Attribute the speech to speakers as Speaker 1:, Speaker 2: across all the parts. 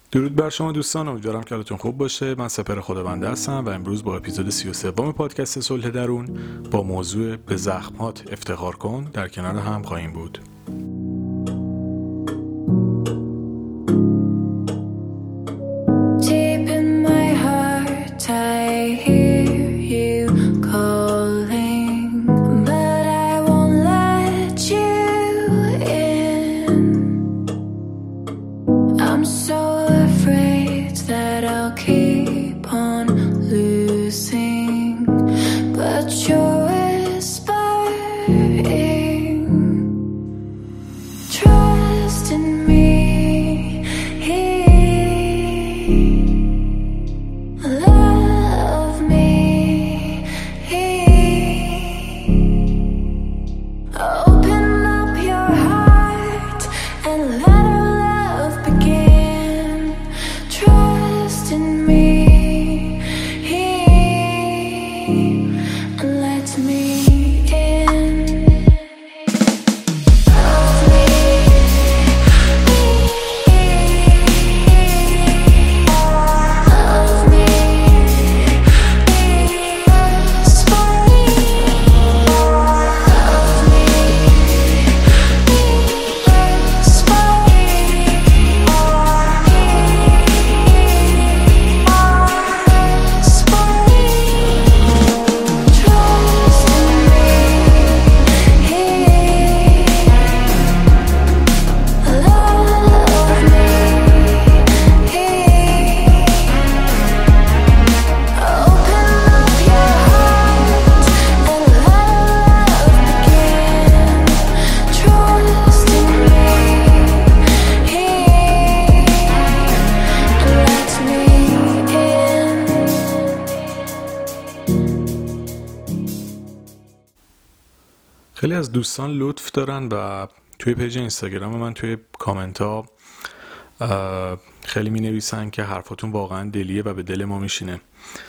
Speaker 1: درود بر شما دوستان، امیدوارم که حالتون خوب باشه. من سپر خدابنده هستم و امروز با اپیزود 33 پادکست صلح درون با موضوع به زخمات افتخار کن در کنار هم خواهیم بود. خیلی از دوستان لطف دارن و توی پیج اینستاگرام من توی کامنت ها خیلی می نویسن که حرفاتون واقعا دلیه و به دل ما میشینه.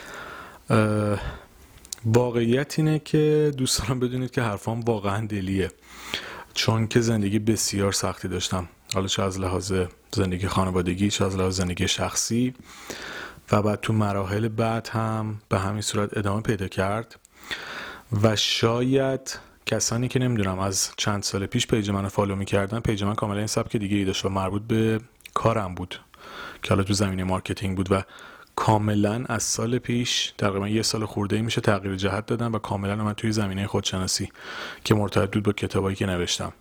Speaker 1: واقعیت اینه که دوستان بدونید که حرفام واقعا دلیه، چون که زندگی بسیار سختی داشتم، حالا چه از لحاظ زندگی خانوادگی چه از لحاظ زندگی شخصی، و بعد تو مراحل بعد هم به همین صورت ادامه پیدا کرد. و شاید کسانی که نمیدونم از چند سال پیش پیج منو فالو میکردن، پیج من کاملا این سبک دیگه ای داشت و مربوط به کارم بود که حالا تو زمینه مارکتینگ بود و کاملا از سال پیش تقریبا یه سال خورده میشه تغییر جهت دادم و کاملا من توی زمینه خودشناسی که مرتبط بود با کتابایی که نوشتم.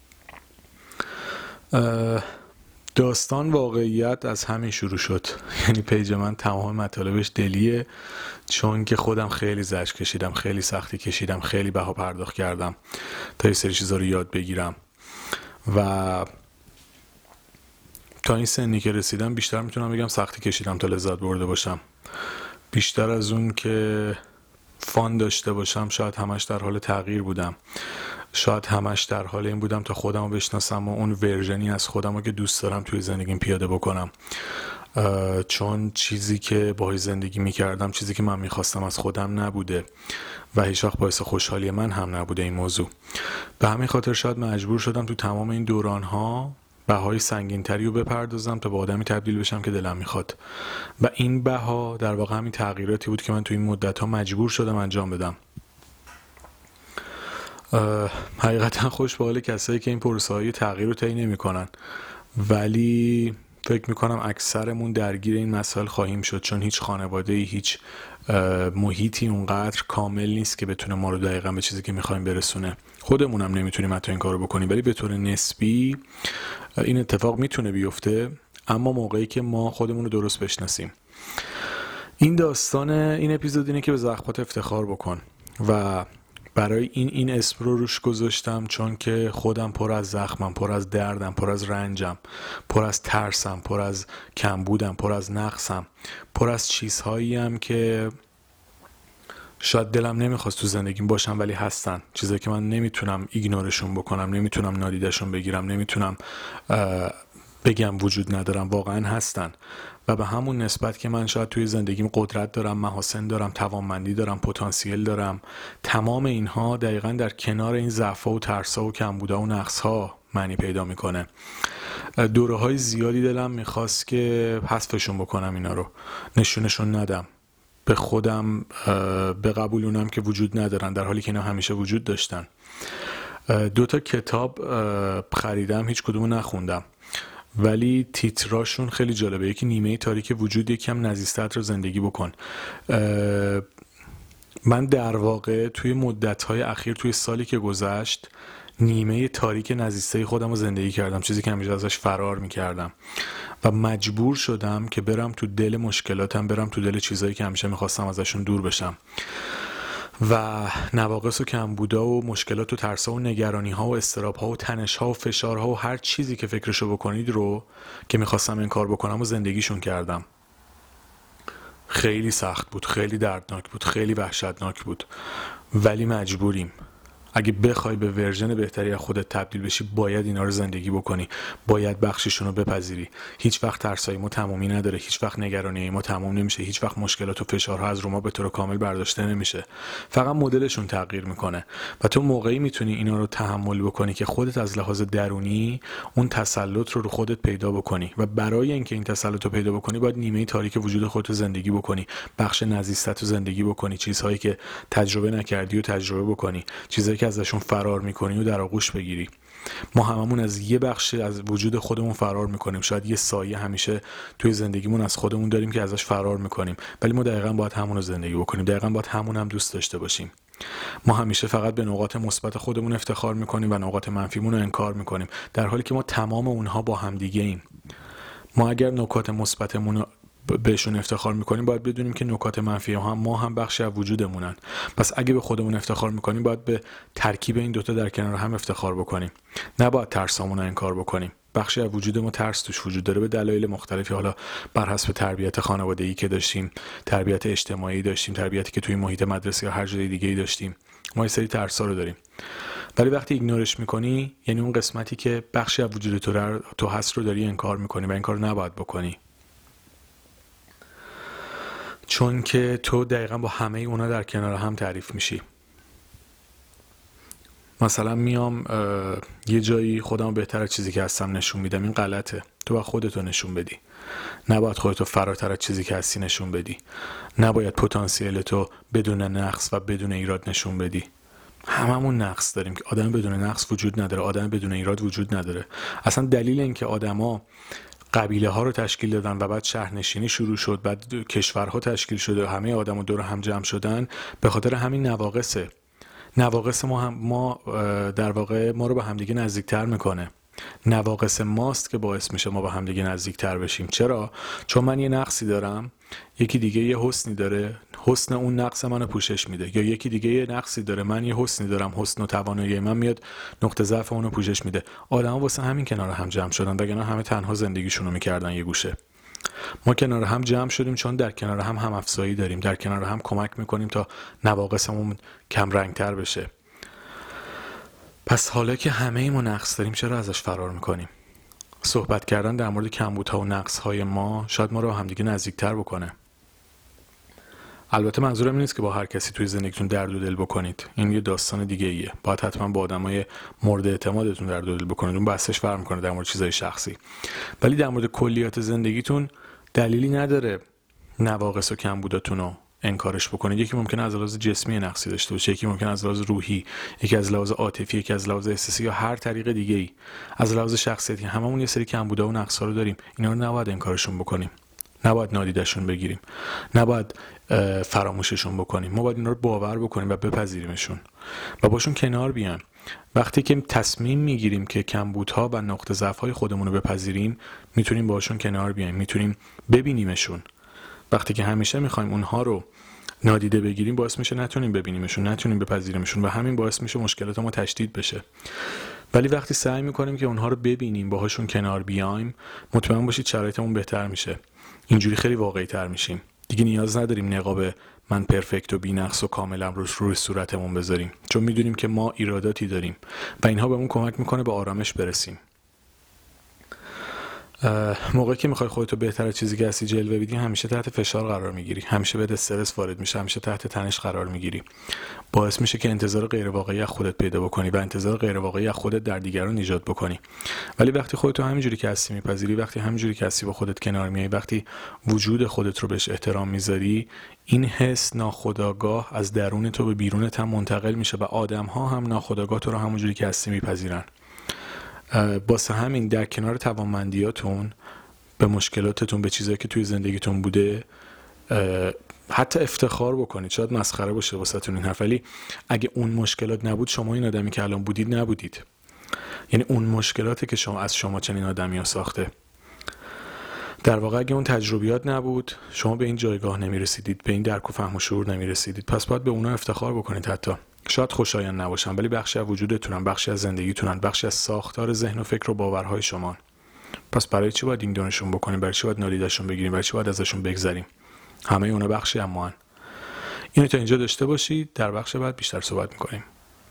Speaker 1: داستان واقعیت از همین شروع شد، یعنی پیج من تمام مطالبش دلیه، چون که خودم خیلی زجر کشیدم، خیلی سختی کشیدم، خیلی بها پرداخت کردم تا یه سری چیزا رو یاد بگیرم و تا این سنی که رسیدم بیشتر میتونم بگم سختی کشیدم تا لذت برده باشم. بیشتر از اون که فان داشته باشم شاید همش در حال تغییر بودم، شاید همش در حال این بودم تا خودم رو بشناسم و اون ورژنی از خودم رو که دوست دارم توی زندگیم پیاده بکنم، چون چیزی که باهاش زندگی میکردم چیزی که من میخواستم از خودم نبوده و هیچ وقت باعث خوشحالی من هم نبوده این موضوع. به همین خاطر شاید مجبور شدم تو تمام این دورانها بهای سنگین‌تری رو بپردازم تا به آدمی تبدیل بشم که دلم میخواد، و این بها در واقع همین تغییراتی بود که من تو این مدت‌ها مجبور شدم انجام بدم. حقیقتا خوش به حال کسایی که این پروسه‌های تغییر رو طی نمی‌کنن، ولی فکر میکنم اکثرمون درگیر این مسائل خواهیم شد، چون هیچ خانواده‌ای، هیچ محیطی اونقدر کامل نیست که بتونه ما رو دقیقاً به چیزی که میخوایم برسونه. خودمونم نمیتونیم حتی این کارو بکنیم، ولی به طور نسبی این اتفاق میتونه بیفته، اما موقعی که ما خودمون رو درست بشناسیم. این داستان این اپیزود اینه که به زخمات افتخار بکن و برای این اسم رو روش گذاشتم، چون که خودم پر از زخمم، پر از دردم، پر از رنجم، پر از ترسم، پر از کمبودم، پر از نقصم، پر از چیزهاییم که شاید دلم نمیخواست تو زندگیم باشم ولی هستن، چیزایی که من نمیتونم ایگنورشون بکنم، نمیتونم نادیدشون بگیرم، نمیتونم بگم وجود ندارم، واقعا هستن. و به همون نسبت که من شاید توی زندگیم قدرت دارم، محاسن دارم، توانمندی دارم، پتانسیل دارم، تمام اینها دقیقاً در کنار این ضعف‌ها و ترس‌ها و کمبودها و نقص‌ها معنی پیدا میکنه. دوره‌های زیادی دلم میخواست که حذفشون بکنم، اینا رو نشونشون ندم، به خودم بقبولونم که وجود ندارن، در حالی که اینا همیشه وجود داشتن. 2 کتاب خریدم، هیچ کدومو نخوندم، ولی تیتراشون خیلی جالبه. یکی نیمه تاریک وجود، یکی هم نزیستت رو زندگی بکن. من در واقع توی مدت‌های اخیر، توی سالی که گذشت، نیمه تاریک نزیسته خودم رو زندگی کردم، چیزی که همیشه ازش فرار میکردم و مجبور شدم که برم تو دل مشکلاتم، برم تو دل چیزایی که همیشه میخواستم ازشون دور بشم و نواقص و کمبودا و مشکلات و ترسا و نگرانی ها و اضطراب ها و تنش ها و فشار ها و هر چیزی که فکرشو بکنید رو که میخواستم انکار بکنم و زندگیشون کردم. خیلی سخت بود، خیلی دردناک بود، خیلی وحشتناک بود، ولی مجبوریم. اگه بخوای به ورژن بهتری از خودت تبدیل بشی، باید اینا رو زندگی بکنی، باید بخششون رو بپذیری. هیچ وقت ترسای ما تمومی نداره، هیچ وقت نگرانی ما تمام نمیشه، هیچ وقت مشکلات و فشارها از رو ما به طور کامل برداشته نمیشه، فقط مدلشون تغییر میکنه و تو موقعی میتونی اینا رو تحمل بکنی که خودت از لحاظ درونی اون تسلط رو خودت پیدا بکنی و برای اینکه این تسلط رو پیدا بکنی باید نیمه تاریک وجود خودت رو زندگی بکنی، بخش نزیستت رو زندگی بکنی، چیزهایی که تجربه نکردی و تجربه بکنی، چیزهایی که ازشون فرار میکنی و در آغوش بگیری. ما هممون از یه بخش از وجود خودمون فرار میکنیم، شاید یه سایه همیشه توی زندگیمون از خودمون داریم که ازش فرار میکنیم، ولی ما دقیقاً باید همون رو زندگی بکنیم، دقیقاً باید همون هم دوست داشته باشیم. ما همیشه فقط به نقاط مثبت خودمون افتخار میکنیم و نقاط منفیمون رو انکار میکنیم، در حالی که ما تمام اونها با هم دیگه ایم. ما اگر نکات مثبتمون رو بهشون افتخار میکنیم، باید بدونیم که نکات منفی هم ما هم بخشی از وجودمونن. پس اگه به خودمون افتخار میکنیم، باید به ترکیب این دوتا در کنار هم افتخار بکنیم، نباید ترسامون رو انکار بکنیم. بخشی از وجود ما ترس توش وجود داره به دلایل مختلفی، حالا بر حسب تربیت خانوادگی که داشتیم، تربیت اجتماعی داشتیم، تربیتی که توی محیط مدرسه یا هر جای دیگه‌ای داشتیم، ما یه سری ترسا رو داریم. ولی وقتی ایگنورش میکنی، یعنی اون قسمتی که بخشی از وجود تو هست رو داری انکار میکنی و این کار نباید بکنی، چون که تو دقیقا با همه اونا در کنار هم تعریف میشی. مثلا میام یه جایی خودم بهتر از چیزی که هستم نشون میدم، این غلطه. تو باید خودتو نشون بدی، نباید خودتو فراتر از چیزی که هستی نشون بدی، نباید پتانسیلتو بدون نقص و بدون ایراد نشون بدی. هممون نقص داریم، که آدم بدون نقص وجود نداره، آدم بدون ایراد وجود نداره. اصلا دلیل این که آدما قبیله ها رو تشکیل دادن و بعد شهرنشینی شروع شد، بعد کشورها تشکیل شده و همه آدما دور هم جمع شدن، به خاطر همین نواقصه. نواقص ما در واقع ما رو به همدیگه نزدیکتر میکنه. نواقص ماست که باعث میشه ما به همدیگه نزدیکتر بشیم. چرا؟ چون من یه نقصی دارم، یکی دیگه یه حسنی داره، حسن اون نقص منو پوشش میده، یا یکی دیگه یه نقصی داره، من یه حسنی دارم، حسن و توانایی من میاد نقطه ضعف اونو پوشش میده. آدما واسه همین کنار هم جمع شدن، وگرنه همه تنها زندگیشونو میکردن یه گوشه. ما کنار هم جمع شدیم چون در کنار هم افزایی داریم، در کنار هم کمک میکنیم تا نواقصمون کم رنگتر بشه. پس حالا که همه ای ما نقص داریم، چرا ازش فرار میکنیم؟ صحبت کردن در مورد کمبودها و نقصهای ما شاید ما رو همدیگه نزدیکتر بکنه. البته منظورم این نیست که با هر کسی توی زندگیتون درد و دل بکنید، این یه داستان دیگه ایه. باید حتما با آدمای مورد اعتمادتون درد و دل بکنید، اون بحثش فرق میکنه در مورد چیزای شخصی. ولی در مورد کلیات زندگیتون دلیلی نداره نواقص و کمبوداتون رو انکارش بکنید. یکی ممکنه از لحاظ جسمی نقصی داشته باشه، یکی ممکنه از لحاظ روحی، یکی از لحاظ عاطفی، یکی از لحاظ احساسی یا هر طریق دیگه ای. از لحاظ شخصیتی هممون یه سری کمبودا و نقصا رو داریم. اینا رو نباید انکارشون بکنیم، نباید نادیدشون بگیریم، نباید فراموششون بکنیم. ما باید اینا رو باور بکنیم و بپذیریمشون و باشون کنار بیایم. وقتی که تصمیم میگیریم که کمبودها و نقطه ضعف‌های خودمون رو بپذیریم، میتونیم باشون کنار بیایم، میتونیم ببینیمشون. وقتی که همیشه میخوایم اونها رو نادیده بگیریم، باعث میشه نتونیم ببینیمشون، نتونیم بپذیریمشون و همین باعث میشه مشکلات ما تشدید بشه. ولی وقتی سعی میکنیم که اونها رو ببینیم، باهاشون کنار بیایم، مطمئن باشید شرایطمون بهتر میشه. اینجوری خیلی واقعی تر میشیم. دیگه نیاز نداریم نقاب من پرفکت و بی‌نقص و کاملا روی صورتمون بذاریم، چون میدونیم که ما ایراداتی داریم و اینها بهمون کمک میکنه به آرامش برسیم. موقعی که میخوای خودتو بهتر از چیزی که هستی جلوه بدی، همیشه تحت فشار قرار میگیری، همیشه بهت استرس وارد میشه، همیشه تحت تنش قرار میگیری. باعث میشه که انتظار غیر واقعی از خودت پیدا بکنی و انتظار غیر واقعی از خودت در دیگران ایجاد بکنی. ولی وقتی خودتو همینجوری که هستی میپذیری، وقتی همینجوری که هستی با خودت کنار میای، وقتی وجود خودت رو بهش احترام میذاری، این حس ناخودآگاه از درون تو به بیرونت هم منتقل میشه و آدم‌ها هم ناخودآگاه تو رو همونجوری که هستی میپذیرن. واسه همین در کنار توانمندیاتون، به مشکلاتتون، به چیزایی که توی زندگیتون بوده، حتی افتخار بکنید. شاید مسخره باشه واسهتون این حرف، ولی اگه اون مشکلات نبود، شما این آدمی که الان بودید نبودید. یعنی اون مشکلاتی که از شما چنین آدمی ها ساخته. در واقع اگه اون تجربیات نبود، شما به این جایگاه نمیرسیدید، به این درک و فهم و شعور نمیرسیدید. پس باید به اونا افتخار بکنید. حتی شاید خوشایند نباشن، ولی بخشی از وجودتونن، بخشی از زندگیتونن، بخشی از ساختار ذهن و فکر و باورهای شما. پس برای چی باید این دونشون بکنیم؟ برای چی باید نادیدشون بگیریم؟ برای چی باید ازشون بگذریم؟ همه اونا بخشی اما هن. اینو تا اینجا داشته باشید. در بخش بعد بیشتر صحبت میکنیم.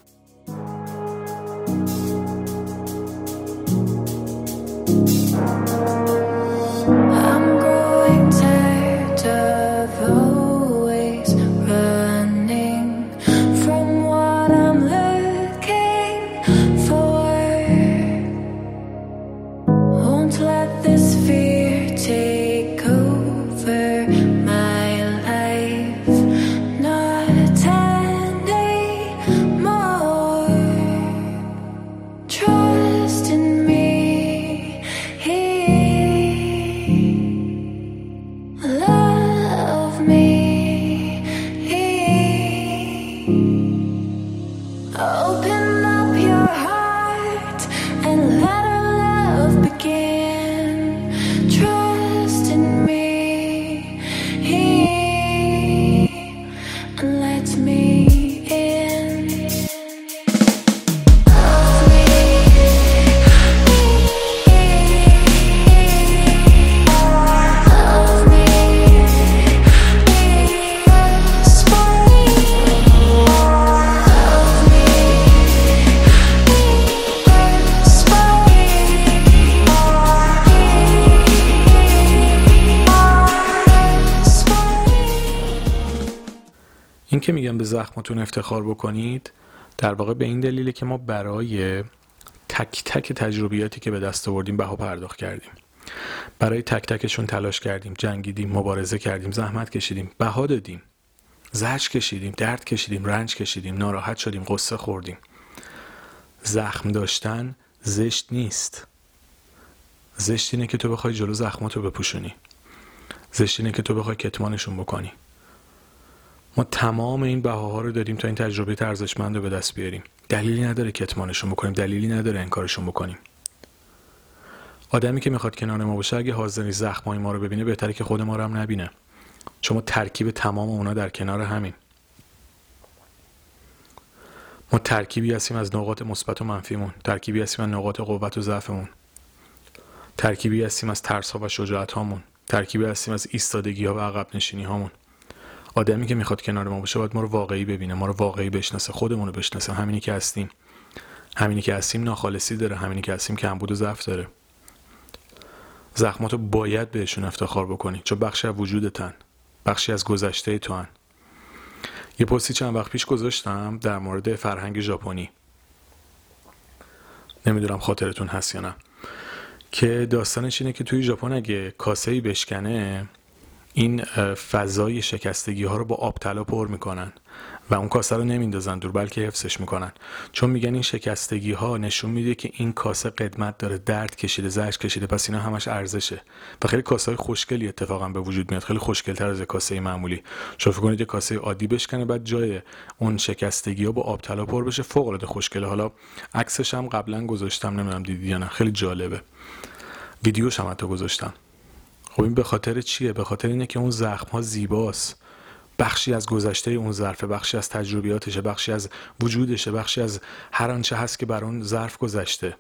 Speaker 1: این که میگم به زخمتون افتخار بکنید، در واقع به این دلیله که ما برای تک تک تجربیاتی که به دست آوردیم بها پرداخت کردیم. برای تک تکشون تلاش کردیم، جنگیدیم، مبارزه کردیم، زحمت کشیدیم، بها دادیم، زجر کشیدیم، درد کشیدیم، رنج کشیدیم، ناراحت شدیم، قصه خوردیم. زخم داشتن زشت نیست. زشت اینه که تو بخوای جلو زخماتو بپوشونی. زشت اینه که تو بخوای کتمانشون بکنی. ما تمام این بهاها رو دادیم تا این تجربه ارزشمند رو به دست بیاریم. دلیلی نداره کتمانشون بکنیم، دلیلی نداره انکارشون بکنیم. آدمی که میخواد کنار ما باشه، اگه حاضری زخمای ما رو ببینه، بهتره که خود ما رو هم نبینه. چون ما ترکیب تمام اونا در کنار همین. ما ترکیبی هستیم از نقاط مثبت و منفیمون، ترکیبی هستیم از نقاط قوت و ضعفمون، ترکیبی هستیم از ترس‌ها و شجاعت‌هامون، ترکیبی هستیم از ایستادگی‌ها و عقب نشینی‌هامون. آدمی که میخواد کنار ما باشه باید ما رو واقعی ببینه، ما رو واقعی بشناسه، خودمون رو بشناسه، همینی که هستیم. همینی که هستیم ناخالصی داره، همینی که هستیم کمبود و ضعف داره. زخماتو باید بهشون افتخار بکنی، چون بخشی از وجودتن، بخشی از گذشته تو هن. یه پستی چند وقت پیش گذاشتم در مورد فرهنگ ژاپنی، نمیدونم خاطرتون هست یا نه، که داستانش اینه که توی ژاپن اگه کاسه‌ای بشکنه، این فضای شکستگی ها رو با آب طلا پر میکنن و اون کاسه رو نمیندازن دور، بلکه حفظش میکنن، چون میگن این شکستگی ها نشون میده که این کاسه قدمت داره، درد کشیده، زجر کشیده، پس اینا همش ارزشه. و خیلی کاسه های خوشگلی اتفاقا به وجود میاد، خیلی خوشگل‌تر از کاسه معمولی. شما فکر کنید یه کاسه عادی بشکنه، بعد جای اون شکستگی ها با آب طلا پر بشه، فوق العاده خوشگله. حالا عکسش هم قبلا گذاشتم، نمیدونم دیدی یا نه، خیلی جالبه. ویدیوش هم حتی گذاشتم. خب این به خاطر چیه؟ به خاطر اینه که اون زخم ها زیباست، بخشی از گذشته اون ظرفه، بخشی از تجربیاتشه، بخشی از وجودشه، بخشی از هر آنچه هست که بر اون ظرف گذشته.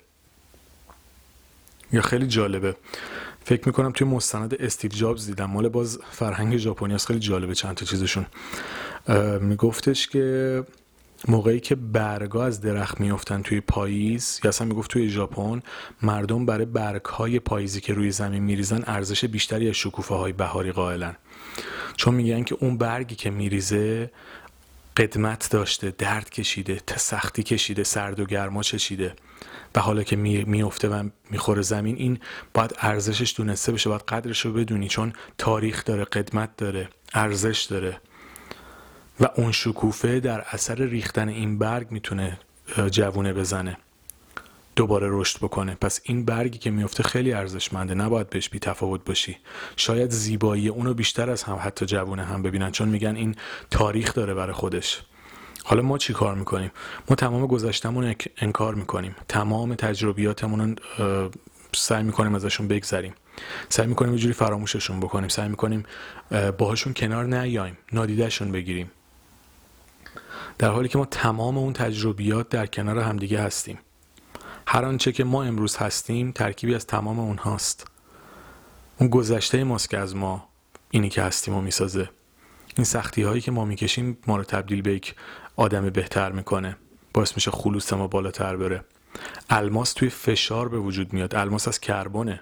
Speaker 1: یا خیلی جالبه، فکر میکنم توی مستند استیو جابز دیدم، مال باز فرهنگ ژاپنی است، خیلی جالبه چند تا چیزشون. میگفتش که موقعی که برگا از درخت میافتن توی پاییز، یا اصلا میگفت توی ژاپن، مردم برای برگ‌های پاییزی که روی زمین میریزن ارزش بیشتری از شکوفه‌های بهاری قائلن، چون میگن که اون برگی که میریزه قدمت داشته، درد کشیده، سختی کشیده، سرد و گرما چشیده، و حالا که میفته و میخوره زمین، این باید ارزشش دونسته بشه، باید قدرش رو بدونی، چون تاریخ داره، قدمت داره، ارزش داره. و اون شکوفه در اثر ریختن این برگ میتونه جوونه بزنه، دوباره رشد بکنه. پس این برگی که میفته خیلی ارزشمنده، نباید بهش بی تفاوت باشی. شاید زیبایی اونو بیشتر از هم حتی جوونه هم ببینن، چون میگن این تاریخ داره برای خودش. حالا ما چی کار میکنیم؟ ما تمام گذشتمون انکار میکنیم، تمام تجربیاتمون سعی میکنیم ازشون بگذریم، سعی میکنیم یه جوری فراموششون بکنیم، سعی میکنیم باهاشون کنار نیایم، نادیدهشون بگیریم، در حالی که ما تمام اون تجربیات در کنار همدیگه هستیم. هر آنچه که ما امروز هستیم ترکیبی از تمام اونهاست. اون گذشته ماست که از ما اینی که هستیم و میسازه. این سختی هایی که ما میکشیم ما رو تبدیل به یک آدم بهتر میکنه، باعث میشه خلوص ما بالاتر بره. الماس توی فشار به وجود میاد. الماس از کربونه،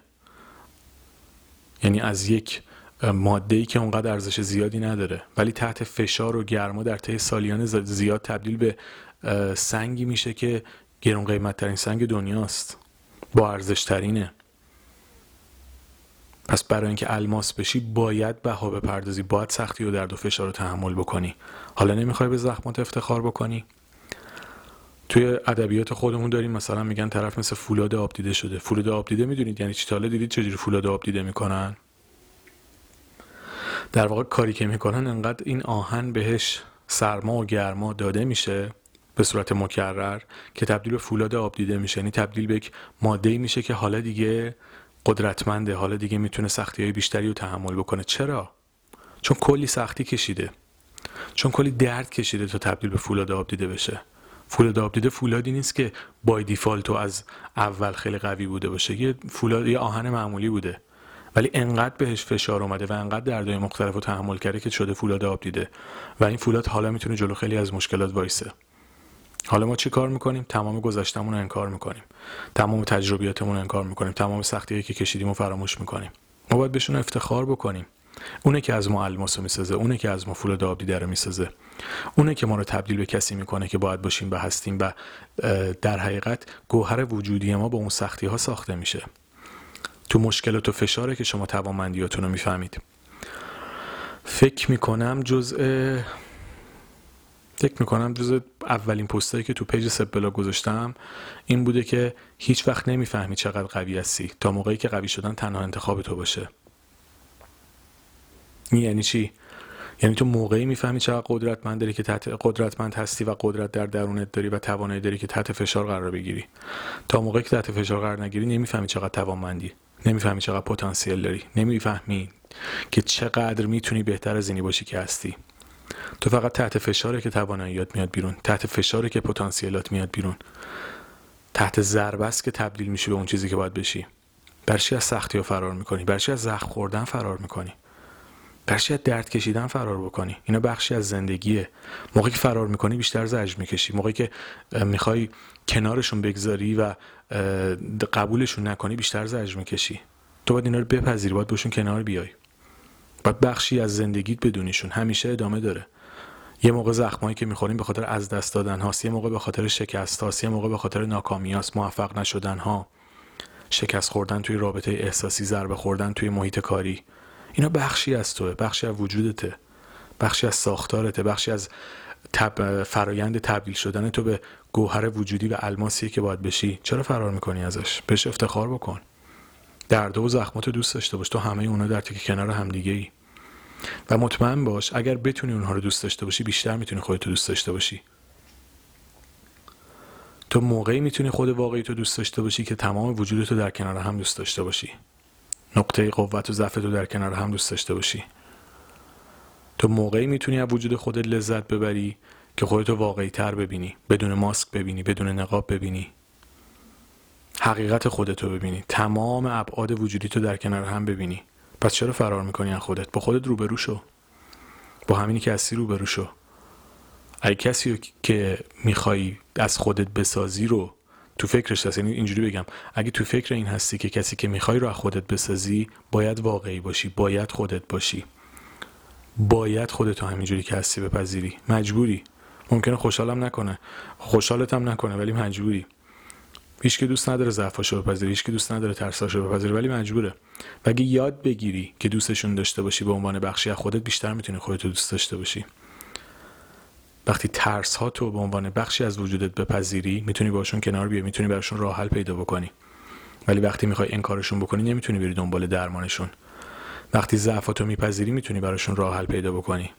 Speaker 1: یعنی از یک ماده‌ای که اونقدر ارزش زیادی نداره، ولی تحت فشار و گرما در طی سالیان زیاد تبدیل به سنگی میشه که گران قیمت ترین سنگ دنیاست، با ارزش ترینه. پس برای اینکه الماس بشی باید بها بپردازی، باید سختی و درد و فشار رو تحمل بکنی. حالا نمیخوای به زخمات افتخار بکنی؟ توی ادبیات خودمون داریم مثلا میگن طرف مثل فولاد آب دیده شده. فولاد آب دیده میدونید یعنی چی؟ تا حالا دیدید چجوری فولاد آب دیده میکنن؟ در واقع کاری که میکنن انقدر این آهن بهش سرما و گرما داده میشه به صورت مکرر که تبدیل به فولاد آب دیده میشه، یعنی تبدیل به یک ماده‌ای میشه که حالا دیگه قدرتمنده، حالا دیگه میتونه سختی‌های بیشتری رو تحمل بکنه. چرا؟ چون کلی سختی کشیده، چون کلی درد کشیده تا تبدیل به فولاد آب دیده بشه. فولاد آب دیده فولادی نیست که بای دیفالت و از اول خیلی قوی بوده باشه، یه فولاد، یه آهن معمولی بوده، ولی انقدر بهش فشار اومده و انقدر دردهای مختلف رو تحمل کرده که شده فولاد آب دیده، و این فولاد حالا میتونه جلو خیلی از مشکلات وایسه. حالا ما چی کار میکنیم؟ تمام گذشتمون رو انکار میکنیم، تمام تجربیاتمون رو انکار میکنیم، تمام سختی‌هایی که کشیدیم رو فراموش میکنیم. ما باید بهشون افتخار بکنیم. اونه که از ما الماس رو میسازه، اونه که از ما فولاد آب دیده رو میسازه، اونه که ما رو تبدیل به کسی میکنه که باید باشیم و هستیم، و در حقیقت گوهر وجودی ما با اون سختی ها ساخته میشه. تو مشکلات و فشاره که شما توانمندیاتون رو میفهمید. فکر میکنم جزء اولین پستایی که تو پیج سپ بلاگ گذاشتم این بوده که هیچ وقت نمیفهمی چقدر قوی هستی تا موقعی که قوی شدن تنها انتخاب تو باشه. یعنی چی؟ یعنی تو موقعی میفهمی چقدر قدرتمند هستی و قدرت در درونت داری و توانایی داری که تحت فشار قرار بگیری. تا موقعی که تحت فشار قرار نگیری نمیفهمی چقدر توانمندی، نمیفهمی چقدر پتانسیل داری، نمیفهمی که چقدر میتونی بهتر از اینی باشی که هستی. تو فقط تحت فشاره که تواناییات میاد بیرون، تحت فشاره که پتانسیلات میاد بیرون، تحت ضربه است که تبدیل میشی به اون چیزی که باید بشی. برچی از سختی‌ها فرار میکنی، برچی از زخم خوردن فرار میکنی، برچی از درد کشیدن فرار بکنی. اینا بخشی از زندگیه. موقعی که فرار میکنی بیشتر زجر میکشی، موقعی که میخوای کنارشون بگذاری و قبولشون نکنی بیشتر زجر میکشی. تو باید اینا رو بپذیری، باید باشون کنار بیای، باید بخشی از زندگیت بدونیشون. همیشه ادامه داره. یه موقع زخمایی که میخوریم به خاطر از دست دادن هاست، یه موقع به خاطر شکست هاست، یه موقع به خاطر ناکامی هاست، موفق نشدن ها، شکست خوردن توی رابطه احساسی، ضربه خوردن توی محیط کاری. اینا بخشی از توه، بخشی از وجودته، بخشی از ساختارته، بخشی از فرایند تبدیل شدن تو به گوهر وجودی و الماسیه که باید بشی. چرا فرار میکنی ازش؟ بهش افتخار بکن. درد و زخماتو دوست داشته باش. تو همه اونا در تک کنار هم دیگه ای. و مطمئن باش اگر بتونی اونها رو دوست داشته باشی بیشتر میتونی خودتو دوست داشته باشی. تو موقعی میتونی خود واقعی تو دوست داشته باشی که تمام وجودتو در کنار هم دوست داشته باشی، نقطه قوت و ضعفتو در کنار هم دوست داشته باشی. تو موقعی میتونی از وجود خودت لذت ببری که خودتو واقعی تر ببینی، بدون ماسک ببینی، بدون نقاب ببینی، حقیقت خودتو ببینی، تمام ابعاد وجودی تو در کنار هم ببینی. پس چرا فرار میکنی از خودت؟ با خودت روبرو شو، با همینی که هستی روبرو شو. اگه کسی رو که میخوای از خودت بسازی رو تو فکرش هست، یعنی اینجوری بگم، اگه تو فکر این هستی که کسی که میخوای رو از خودت بسازی، باید واقعی باشی، باید خودت باشی، باید خودتو همینجوری که هستی بپذیری. مجبوری. ممکنه خوشحالت هم نکنه، ولی مجبوری. هیچ که دوست نداره ضعفاشو بپذیره، هیچ که دوست نداره ترساشو بپذیره، ولی مجبوره. و اگه یاد بگیری که دوستشون داشته باشی به عنوان بخشی از خودت، بیشتر میتونی خودتو دوست داشته باشی. وقتی ترس ها تو به عنوان بخشی از وجودت بپذیری، میتونی باشون کنار بیای، میتونی براشون راه حل پیدا بکنی. ولی وقتی میخوای انکارشون بکنی، نمیتونی بری دنبال درمانشون. وقتی ضعفاتو میپذیری، میتونی براشون راه حل پیدا بکنی.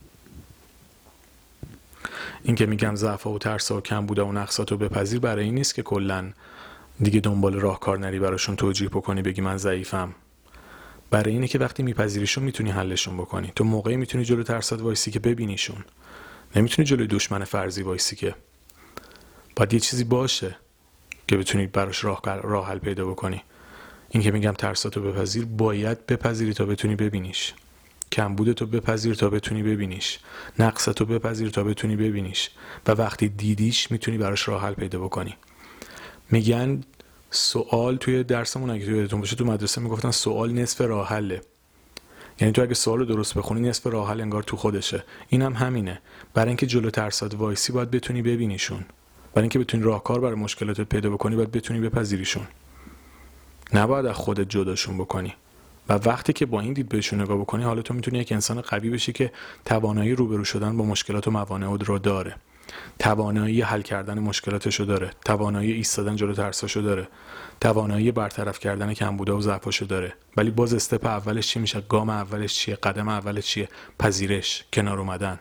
Speaker 1: این که میگم ضعف‌ها و ترس‌ها و کمبودها و نقصاتو بپذیر، برای این نیست که کلاً دیگه دنبال راهکار نری براشون توجیه بکنی، بگی من ضعیفم. برای اینه که وقتی میپذیریشون، میتونی حلشون بکنی. تو موقعی میتونی جلو ترسات وایسی که ببینیشون. نمیتونی جلوی دشمن فرضی وایسی که. باید یه چیزی باشه که بتونی براش راه حل پیدا بکنی. این که میگم ترساتو بپذیر، باید بپذیری تا بتونی ببینیش. کمبودتو بپذیر تا بتونی ببینیش. نقصتو بپذیر تا بتونی ببینیش. و وقتی دیدیش، میتونی براش راه حل پیدا بکنی. میگن سوال، توی درسمون اگه تو یادتون باشه تو مدرسه میگفتن سوال نصف راه حله. یعنی تو اگه سوالو درست بخونی، نصف راه حل انگار تو خودشه. اینم همینه. برای اینکه جلو ترسات وایسی، باید بتونی ببینیشون. برای اینکه بتونی راهکار برای مشکلاتت پیدا بکنی، باید بتونی بپذیریشون. نباید از خودت جداشون بکنی. و وقتی که با این دید بهشون نگاه بکنی، حالا تو میتونی یک انسان قوی بشی که توانایی روبرو شدن با مشکلات و موانع رو داره. توانایی حل کردن مشکلاتشو داره، توانایی ایستادن جلو ترساشو داره، توانایی برطرف کردن کمبودها و ضعفاشو داره. ولی باز استپ اولش چی میشه؟ گام اولش چیه؟ قدم اولش چیه؟ پذیرش، کنار اومدن.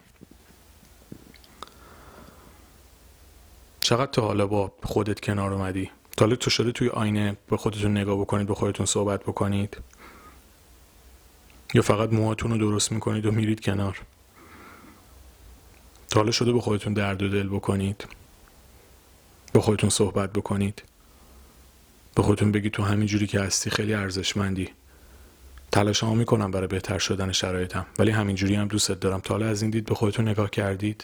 Speaker 1: چقدر تا حالا با خودت کنار اومدی؟ تا حالا تو شده توی آینه به خودتون نگاه بکنید، به خودتون صحبت بکنید؟ یا فقط موهاتون رو درست میکنید و میرید کنار؟ تا حالا شده به خودتون درد و دل بکنید؟ به خودتون صحبت بکنید؟ به خودتون بگید تو همین جوری که هستی خیلی ارزشمندی. تلاشمو میکنم برای بهتر شدن شرایطم، ولی همین جوری هم دوستت دارم. تا حالا از این دید به خودتون نگاه کردید؟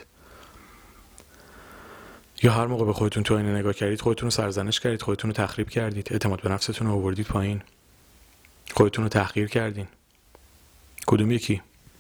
Speaker 1: یا هر موقع به خودتون تو آینه نگاه کردید، خودتون رو سرزنش کردید، خودتون رو تخریب کردید، اعتماد به نفستون رو آوردید پایین، خودتون رو تحقیر کردین؟ کدوم یکی؟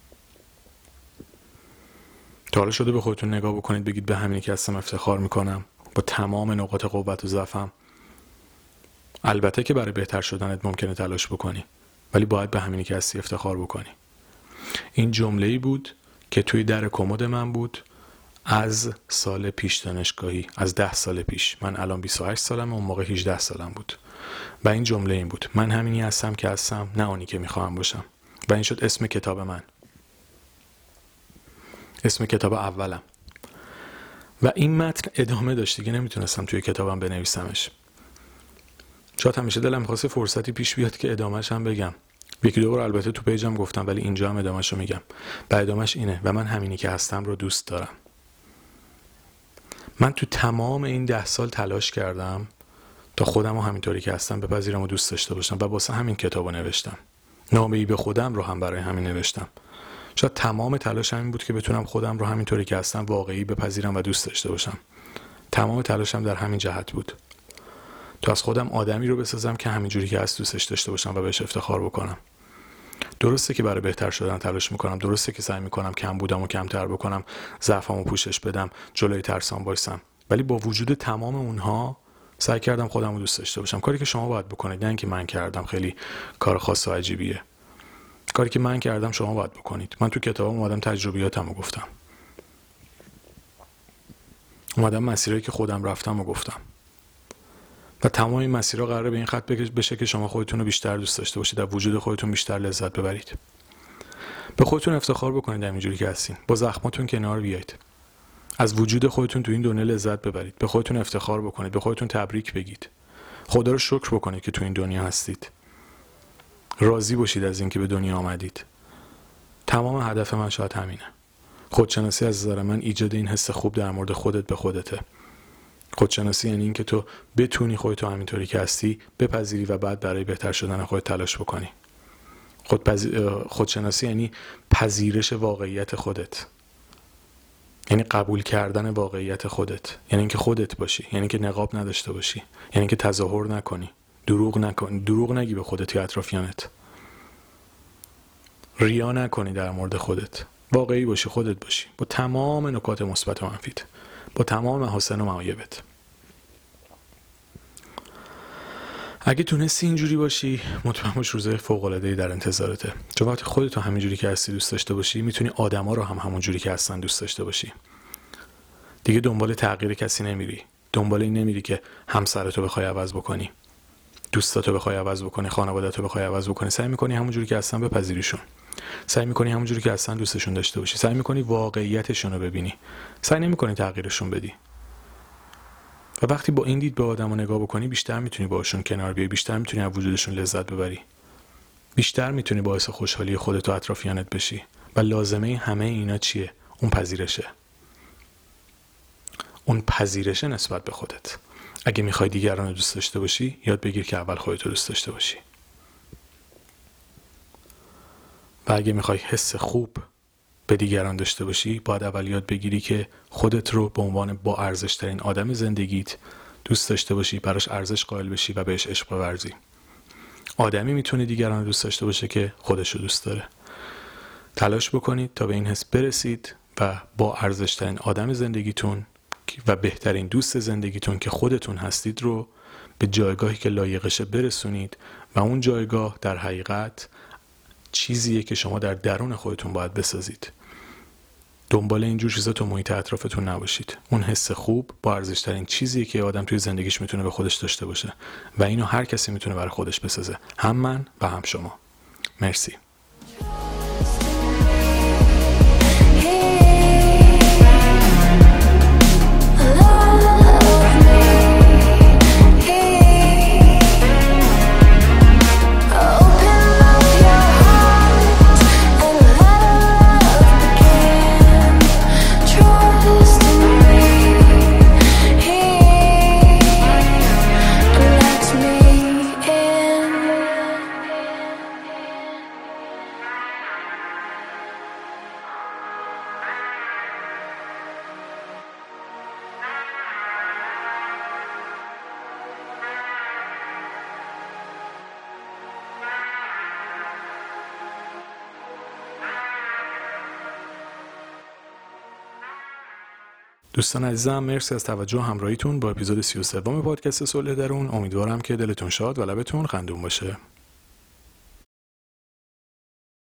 Speaker 1: تا حالا شده به خودتون نگاه بکنید بگید به همینی که هستم افتخار میکنم، با تمام نقاط قوت و ضعفم؟ البته که برای بهتر شدنت ممکنه تلاش بکنی، ولی باید به همینی که هستی افتخار بکنی. این جمله‌ای بود که توی در کمد من بود از سال پیش دانشگاهی، از 10 سال پیش. من الان 28 سالمه، اون موقع 18 سالم بود. و این جمله این بود: من همینی هستم که هستم، نه اونی که میخوام باشم. و این شد اسم کتاب من، اسم کتاب اولم. و این متن ادامه داشت دیگه، نمیتونستم توی کتابم بنویسمش. شاید همیشه دلم می‌خواسته فرصتی پیش بیاد که ادامه‌ش هم بگم. یکی دو بار البته تو پیجم گفتم، ولی اینجا هم ادامه‌ش رو میگم. و ادامه‌ش اینه: و من همینی که هستم رو دوست دارم. من تو تمام این 10 سال تلاش کردم تا خودم رو همینطوری که هستم بپذیرم و دوست داشته باشم، و واسه همین کتابو نوشتم. نامه‌ای به خودم رو هم برای همین نوشتم. شاید تمام تلاشم این بود که بتونم خودم رو همینطوری که هستم واقعی بپذیرم و دوست داشته باشم. تمام تلاشم در همین جهت بود، تا از خودم آدمی رو بسازم که همینجوری که هست دوستش داشته باشم و بهش افتخار بکنم. درسته که برای بهتر شدن تلاش میکنم، درسته که سعی میکنم کم بودم و کمتر بکنم، ضعفامو پوشش بدم، جلوی ترسام وایسم، ولی با وجود تمام اونها سعی کردم خودم رو دوست داشته باشم. کاری که شما باید بکنید، نه اینکه من کردم، خیلی کار خاص و عجیبیه. کاری که من کردم شما باید بکنید. من تو کتابم اومدم تجربیاتمو گفتم، اومدم مسیرایی که خودم رفتم و گفتم. و تمام این مسیرها قراره به این خط بشه که شما خودتون رو بیشتر دوست داشته باشید، از وجود خودتون بیشتر لذت ببرید. به خودتون افتخار بکنید همینجوری که هستین، با زخماتون کنار بیایید، از وجود خودتون تو این دنیا لذت ببرید، به خودتون افتخار بکنید، به خودتون تبریک بگید، خدا رو شکر بکنید که تو این دنیا هستید، راضی باشید از اینکه به دنیا آمدید. تمام هدف من شاید همینه. خودشناسی از نظر من ایجاد این حس خوب در مورد خودت به خودته. خودشناسی یعنی این که تو بتونی خودتو همینطوری که هستی بپذیری و بعد برای بهتر شدن خودت تلاش بکنی. خودشناسی یعنی پذیرش واقعیت خودت. یعنی قبول کردن واقعیت خودت، یعنی اینکه خودت باشی، یعنی که نقاب نداشته باشی، یعنی که تظاهر نکنی، دروغ نکنی، دروغ نگی به خودت یا اطرافیانت، ریا نکنی در مورد خودت، واقعی باشی، خودت باشی با تمام نکات مثبت و منفیت، با تمام محاسن و معایبت. اگه تونستی اینجوری باشی، مطمئن باش روزای فوق‌العاده‌ای در انتظارته. چون وقتی خودتو همینجوری که هستی دوست داشته باشی، میتونی آدما رو هم همونجوری که هستن دوست داشته باشی. دیگه دنبال تغییر کسی نمیری. دنبال این نمیری که همسرتو بخوای عوض بکنی، دوستاتو بخوای عوض بکنی، خانواده‌تو بخوای عوض بکنی. سعی می‌کنی همونجوری که هستن بپذیریشون. سعی می‌کنی همونجوری که هستن دوستشون داشته باشی. سعی می‌کنی واقعیتشون رو ببینی. سعی نمی‌کنی تغییرشون بدی. و وقتی با این دید به آدمو نگاه بکنی، بیشتر میتونی باهاشون کنار بیای، بیشتر میتونی از وجودشون لذت ببری، بیشتر میتونی باعث خوشحالی خودت و اطرافیانت بشی. و لازمه همه اینا چیه؟ اون پذیرشه. اون پذیرشه نسبت به خودت. اگه میخوای دیگران رو دوست داشته باشی، یاد بگیر که اول خودت رو دوست داشته باشی. و اگه میخوای حس خوب به دیگران داشته باشی، باید اول یاد بگیری که خودت رو به عنوان با ارزش ترین آدم زندگیت دوست داشته باشی، براش ارزش قائل بشی و بهش عشق بورزی. آدمی میتونه دیگران رو دوست داشته باشه که خودش رو دوست داره. تلاش بکنید تا به این حس برسید و با ارزش ترین آدم زندگیتون و بهترین دوست زندگیتون که خودتون هستید رو به جایگاهی که لایقشه برسونید. و اون جایگاه در حقیقت چیزیه که شما در درون خودتون باید بسازید. دنبال اینجور چیزا تو محیط اطرافتون نباشید. اون حس خوب با ارزش‌ترین چیزیه که آدم توی زندگیش میتونه به خودش داشته باشه و اینو هر کسی میتونه برای خودش بسازه، هم من و هم شما. مرسی. دوستان عزیزم، مرسی از توجه و همراهیتون با اپیزود 33 پادکست صلح درون. امیدوارم که دلتون شاد و لبتون خندون باشه.